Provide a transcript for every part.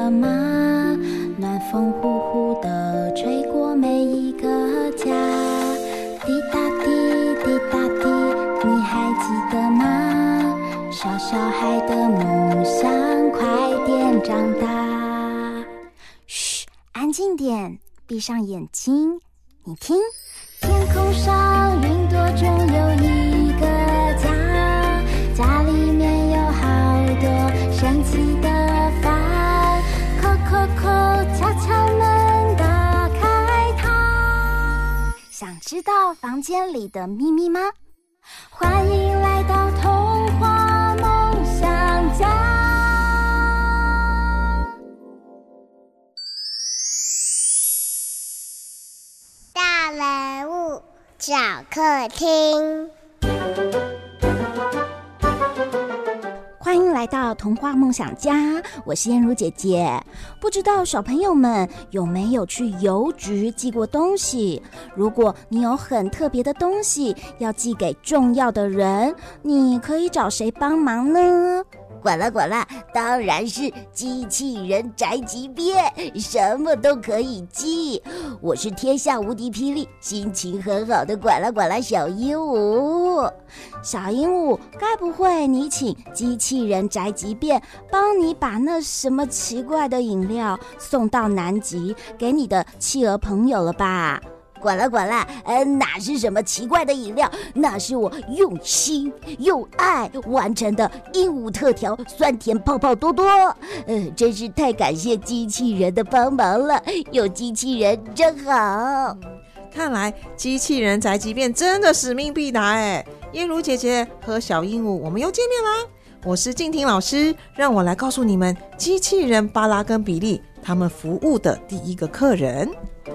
得吗？暖风呼呼地吹过每一个家，滴答滴，滴答滴，你还记得吗？小小孩的梦想，快点长大。嘘，安静点，闭上眼睛，你听，天空上云朵中有一个家，家里面有好多神奇的饭，叩叩叩，敲敲门，打开它。想知道房间里的秘密吗？欢迎来到童话梦想家。 大人物小客厅， 欢迎来到童话梦想家，我是燕如姐姐。不知道小朋友们有没有去邮局寄过东西？如果你有很特别的东西要寄给重要的人，你可以找谁帮忙呢？ 管啦管啦，当然是机器人宅急便，什么都可以寄。我是天下无敌霹雳，心情很好的管啦管啦小鹦鹉。 小鹦鹉，该不会你请机器人宅急便帮你把那什么奇怪的饮料送到南极给你的企鹅朋友了吧？ 管啦管啦，哪是什么奇怪的饮料，那是我用心用爱完成的鹦鹉特调酸甜泡泡多多。真是太感谢机器人的帮忙了，有机器人真好。 看来机器人宅急便真的使命必达哎！燕如姐姐和小鹦鹉，我们又见面啦！我是静婷老师，让我来告诉你们机器人巴拉跟比利他们服务的第一个客人。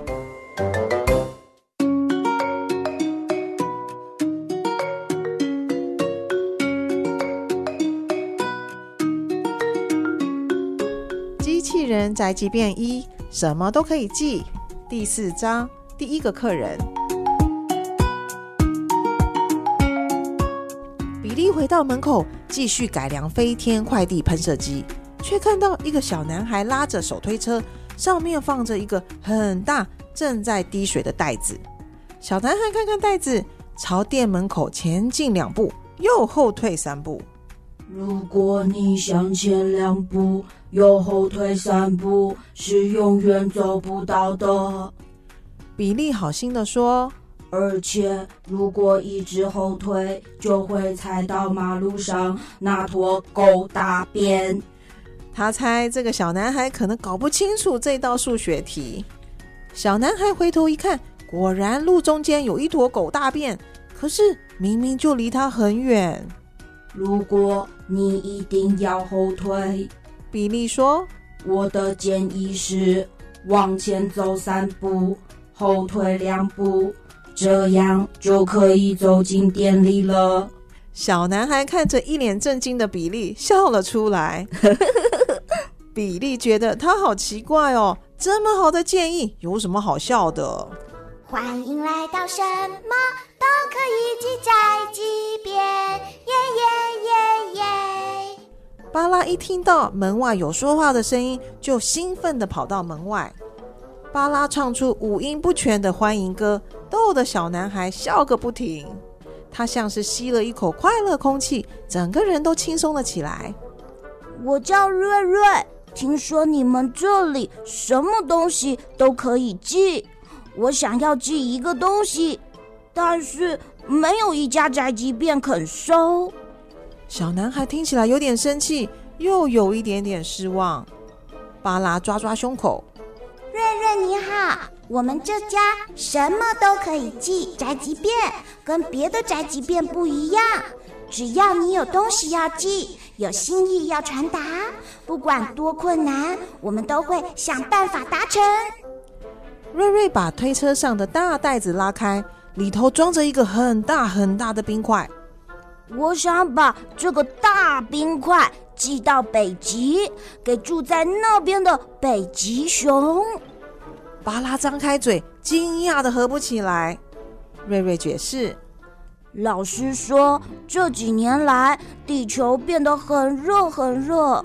机器人宅急便1，什么都可以寄。第4章，第一个客人。比利回到门口，继续改良飞天快递喷射机，却看到一个小男孩拉着手推车，上面放着一个很大正在滴水的袋子。小男孩看看袋子，朝店门口前进2步，又后退3步。 如果你向前2步，又后退3步，是永远走不到的。 比利好心地说， 而且如果一直后退，就会踩到马路上那坨狗大便。 他猜这个小男孩可能搞不清楚这道数学题。小男孩回头一看，果然路中间有一坨狗大便，可是明明就离他很远。 如果你一定要后退， 比利说， 我的建议是往前走3步，后退2步，这样就可以走进店里了。 小男孩看着一脸震惊的比利笑了出来。比利觉得他好奇怪哦，这么好的建议有什么好笑的？ 欢迎来到什么都可以寄宅急便，耶耶耶耶！ 巴拉一听到门外有说话的声音，就兴奋地跑到门外。巴拉唱出5音不全的欢迎歌，逗得小男孩笑个不停。他像是吸了一口快乐空气，整个人都轻松了起来。 我叫瑞瑞，听说你们这里什么东西都可以寄，我想要寄一个东西，但是没有一家宅急便肯收。 小男孩听起来有点生气，又有一点点失望。巴拉抓抓胸口， 瑞瑞你好，我们这家什么都可以寄宅急便，跟别的宅急便不一样，只要你有东西要寄，有心意要传达，不管多困难，我们都会想办法达成。 瑞瑞把推车上的大袋子拉开，里头装着一个很大很大的冰块。 我想把这个大冰块寄到北极，给住在那边的北极熊。 巴拉张开嘴，惊讶的合不起来。瑞瑞解释， 老师说这几年来地球变得很热很热，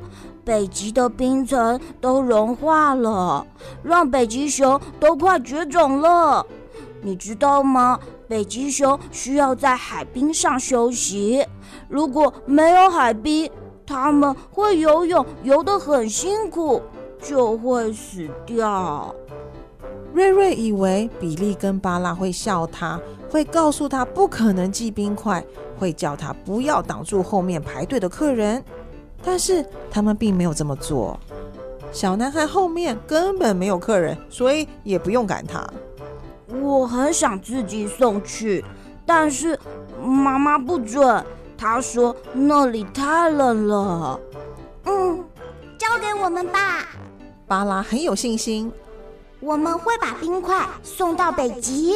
北极的冰层都融化了，让北极熊都快绝种了。你知道吗？北极熊需要在海冰上休息，如果没有海冰，它们会游泳游得很辛苦，就会死掉。 瑞瑞以为比利跟巴拉会笑他，会告诉他不可能寄冰块，会叫他不要挡住后面排队的客人，但是他们并没有这么做。小男孩后面根本没有客人，所以也不用赶他。 我很想自己送去，但是妈妈不准，她说那里太冷了。交给我们吧。 巴拉很有信心， 我们会把冰块送到北极。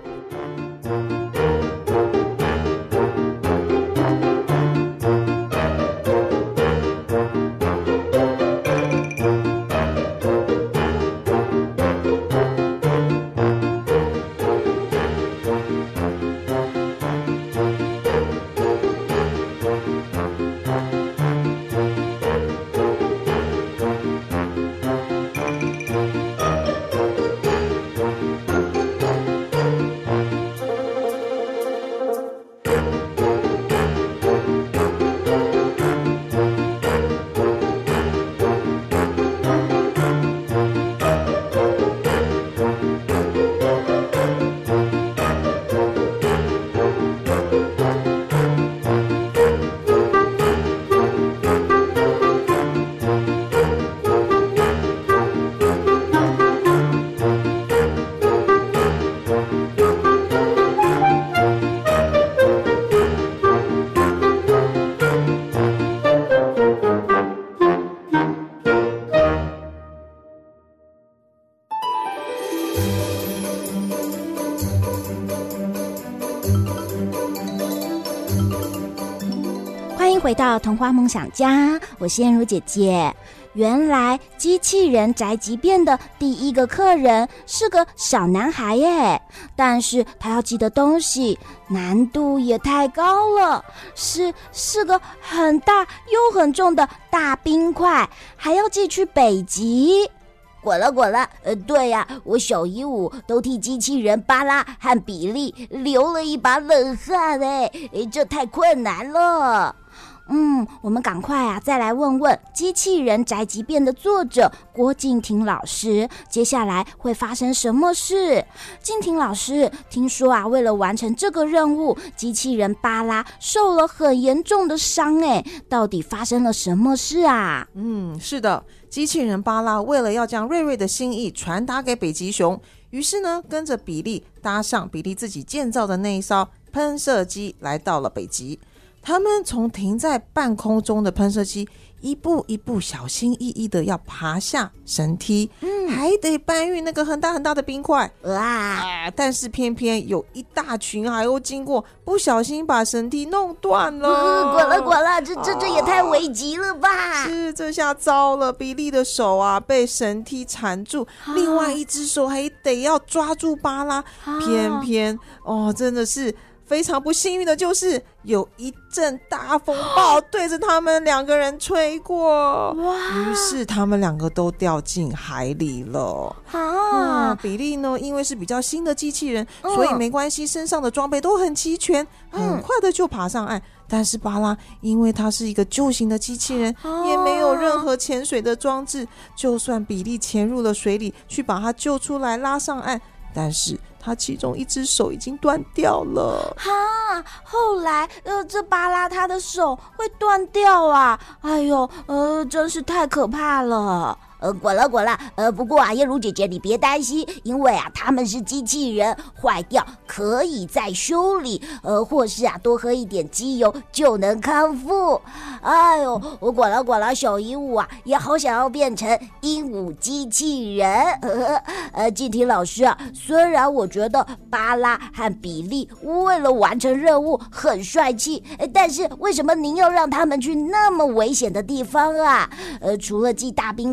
欢迎回到童话梦想家，我是燕如姐姐。原来机器人宅急便的第一个客人是个小男孩耶，但是他要寄的东西难度也太高了，是个很大又很重的大冰块，还要寄去北极。 滚了，对呀，我小鹦鹉都替机器人巴拉和比利流了一把冷汗这太困难了。 我们赶快再来问问机器人宅急便的作者郭敬亭老师，接下来会发生什么事？敬亭老师，听说为了完成这个任务，机器人巴拉受了很严重的伤到底发生了什么事啊？ 是的，机器人巴拉为了要将瑞瑞的心意传达给北极熊，于是呢，跟着比利搭上比利自己建造的那一艘喷射机，来到了北极。他们从停在半空中的喷射机一步一步小心翼翼的要爬下绳梯，还得搬运那个很大很大的冰块但是偏偏有一大群海鸥经过，不小心把绳梯弄断了。 滚了，这也太危急了吧！ 是，这下糟了，比利的手被绳梯缠住，另外一只手还得要抓住巴拉，偏偏真的是非常不幸运的就是有一阵大风暴对着他们两个人吹过，于是他们两个都掉进海里了。比利呢，因为是比较新的机器人，所以没关系，身上的装备都很齐全，很快的就爬上岸。但是巴拉因为他是一个旧型的机器人，也没有任何潜水的装置，就算比利潜入了水里去把他救出来拉上岸，但是他其中一只手已经断掉了。 后来这巴拉他的手会断掉啊！哎呦，真是太可怕了。 滚了，不过燕如姐姐你别担心，因为他们是机器人，坏掉可以再修理，或是多喝一点机油就能康复。哎呦，我滚了，小鹦鹉也好想要变成鹦鹉机器人。敬亭老师虽然我觉得巴拉和比利为了完成任务很帅气，但是为什么您要让他们去那么危险的地方除了寄大冰块，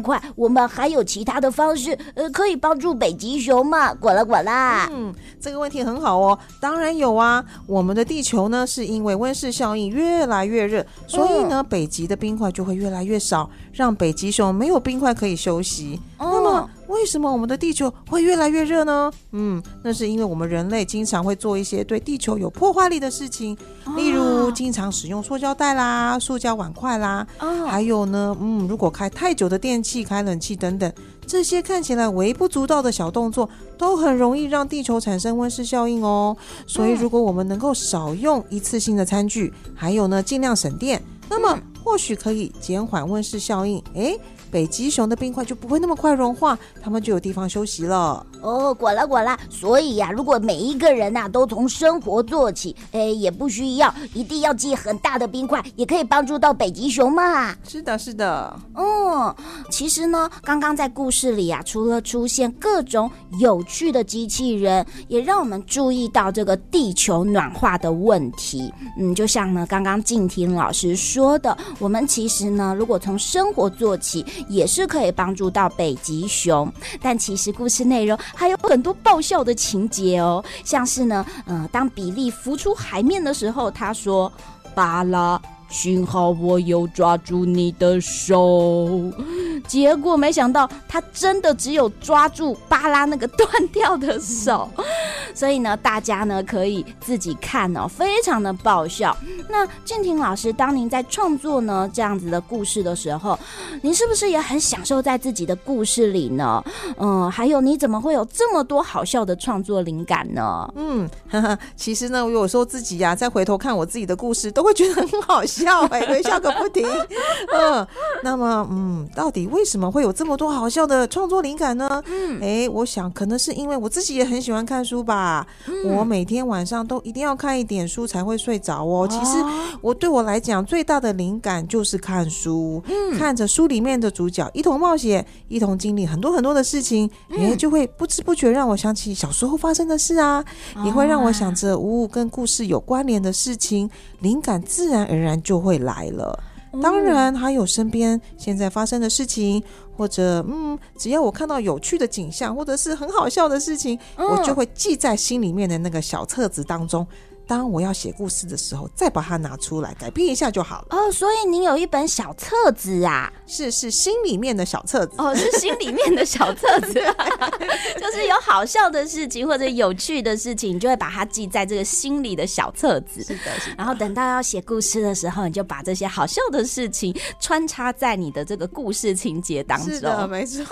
我们还有其他的方式可以帮助北极熊吗？呱啦呱啦。 这个问题很好哦，当然有啊。我们的地球呢，是因为温室效应越来越热，所以呢，北极的冰块就会越来越少，让北极熊没有冰块可以休息。那么为什么我们的地球会越来越热呢？那是因为我们人类经常会做一些对地球有破坏力的事情，例如经常使用塑胶袋啦、塑胶碗筷啦，还有呢，如果开太久的电器、开冷气等等，这些看起来微不足道的小动作，都很容易让地球产生温室效应哦。所以如果我们能够少用一次性的餐具，还有呢，尽量省电，那么或许可以减缓温室效应。北极熊的冰块就不会那么快融化，它们就有地方休息了。 呱啦呱啦。所以呀，如果每一个人都从生活做起，也不需要一定要积很大的冰块，也可以帮助到北极熊嘛。 是的，是的。 其实呢，刚刚在故事里除了出现各种有趣的机器人，也让我们注意到这个地球暖化的问题。就像呢，刚刚静婷老师说的，我们其实呢，如果从生活做起，也是可以帮助到北极熊。但其实故事内容还有很多爆笑的情节哦，像是呢，当比利浮出海面的时候，他说：“巴拉，幸好我有抓住你的手。”结果没想到他真的只有抓住巴拉那个断掉的手。所以呢，大家呢可以自己看哦，非常的爆笑。那静婷老师，当您在创作呢这样子的故事的时候，您是不是也很享受在自己的故事里呢？还有你怎么会有这么多好笑的创作灵感呢？ 其实呢，我有时候自己再回头看我自己的故事，都会觉得很好笑，会笑个不停。那么到底为什么会有这么多好笑的创作灵感呢？我想可能是因为我自己也很喜欢看书吧。我每天晚上都一定要看一点书才会睡着哦。其实对我来讲，最大的灵感就是看书，看着书里面的主角一同冒险，一同经历很多很多的事情，就会不知不觉让我想起小时候发生的事啊，也会让我想着跟故事有关联的事情，灵感自然而然就会来了。当然还有身边现在发生的事情，或者只要我看到有趣的景象，或者是很好笑的事情，我就会记在心里面的那个小册子当中，当我要写故事的时候再把它拿出来改编一下就好了。 所以您有一本小册子啊？ 是心里面的小册子。 是心里面的小册子。就是有好笑的事情或者有趣的事情，你就会把它记在这个心里的小册子。 是的。 然后等到要写故事的时候，你就把这些好笑的事情穿插在你的这个故事情节当中。 是的，没错。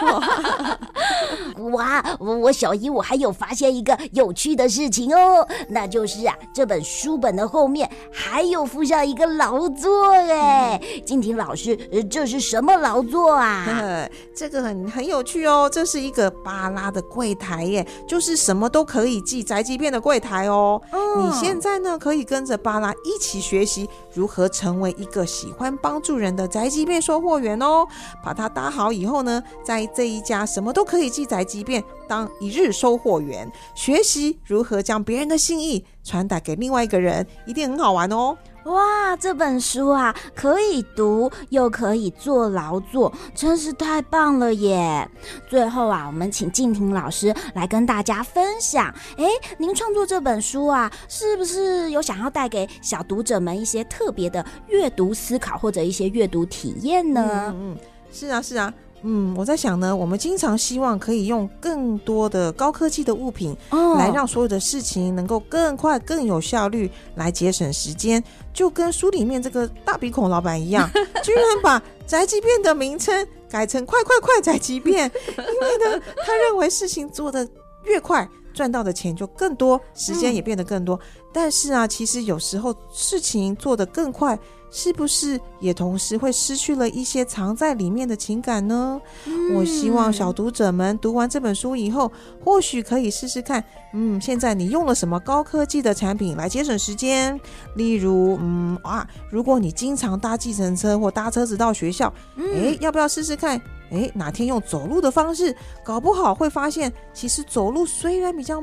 哇，我小姨我还有发现一个有趣的事情哦，那就是这本书本的后面还有附上一个劳作静婷老师，这是什么劳作啊？ 这个很有趣哦，这是一个巴拉的柜台耶，就是什么都可以寄宅急便的柜台哦。你现在呢可以跟着巴拉一起学习如何成为一个喜欢帮助人的宅急便收货员哦。把它搭好以后呢，在这一家什么都可以寄宅急便当一日收货员，学习如何将别人的心意传达给另外一个人，一定很好玩哦。 哇，这本书可以读又可以做劳作，真是太棒了耶！最后我们请静婷老师来跟大家分享，您创作这本书是不是有想要带给小读者们一些特别的阅读思考或者一些阅读体验呢？ 是啊。我在想呢，我们经常希望可以用更多的高科技的物品来让所有的事情能够更快更有效率，来节省时间，就跟书里面这个大鼻孔老板一样，居然把宅急便的名称改成快宅急便。因为呢，他认为事情做得越快，赚到的钱就更多，时间也变得更多。但是其实有时候事情做得更快，是不是也同时会失去了一些藏在里面的情感呢？我希望小读者们读完这本书以后，或许可以试试看，现在你用了什么高科技的产品来节省时间？例如，如果你经常搭计程车或搭车子到学校，要不要试试看？哪天用走路的方式，搞不好会发现，其实走路虽然比较慢，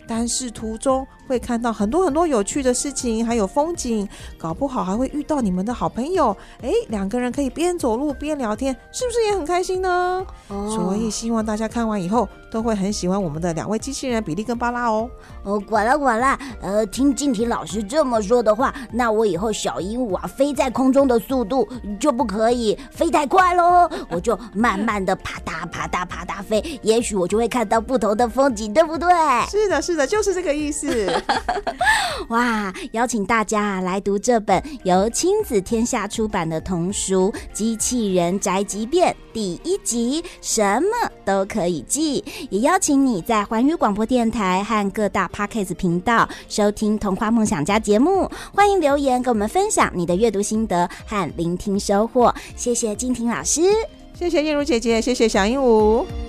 但是途中会看到很多很多有趣的事情，还有风景，搞不好还会遇到你们的好朋友。两个人可以边走路边聊天，是不是也很开心呢？所以希望大家看完以后都会很喜欢我们的2位机器人比利跟巴拉哦。 管啦，听静婷老师这么说的话，那我以后小鹦鹉啊飞在空中的速度就不可以飞太快咯，我就慢慢的啪嗒啪嗒啪嗒飞，也许我就会看到不同的风景，对不对？ 是的，就是这个意思。 哇，邀请大家来读这本由亲子天下出版的童书《机器人宅急便》第1集，什么都可以记。也邀请你在环宇广播电台和各大 Podcast 频道收听童话梦想家节目，欢迎留言跟我们分享你的阅读心得和聆听收获。谢谢静婷老师， 谢谢燕如姐姐，谢谢小鹦鹉。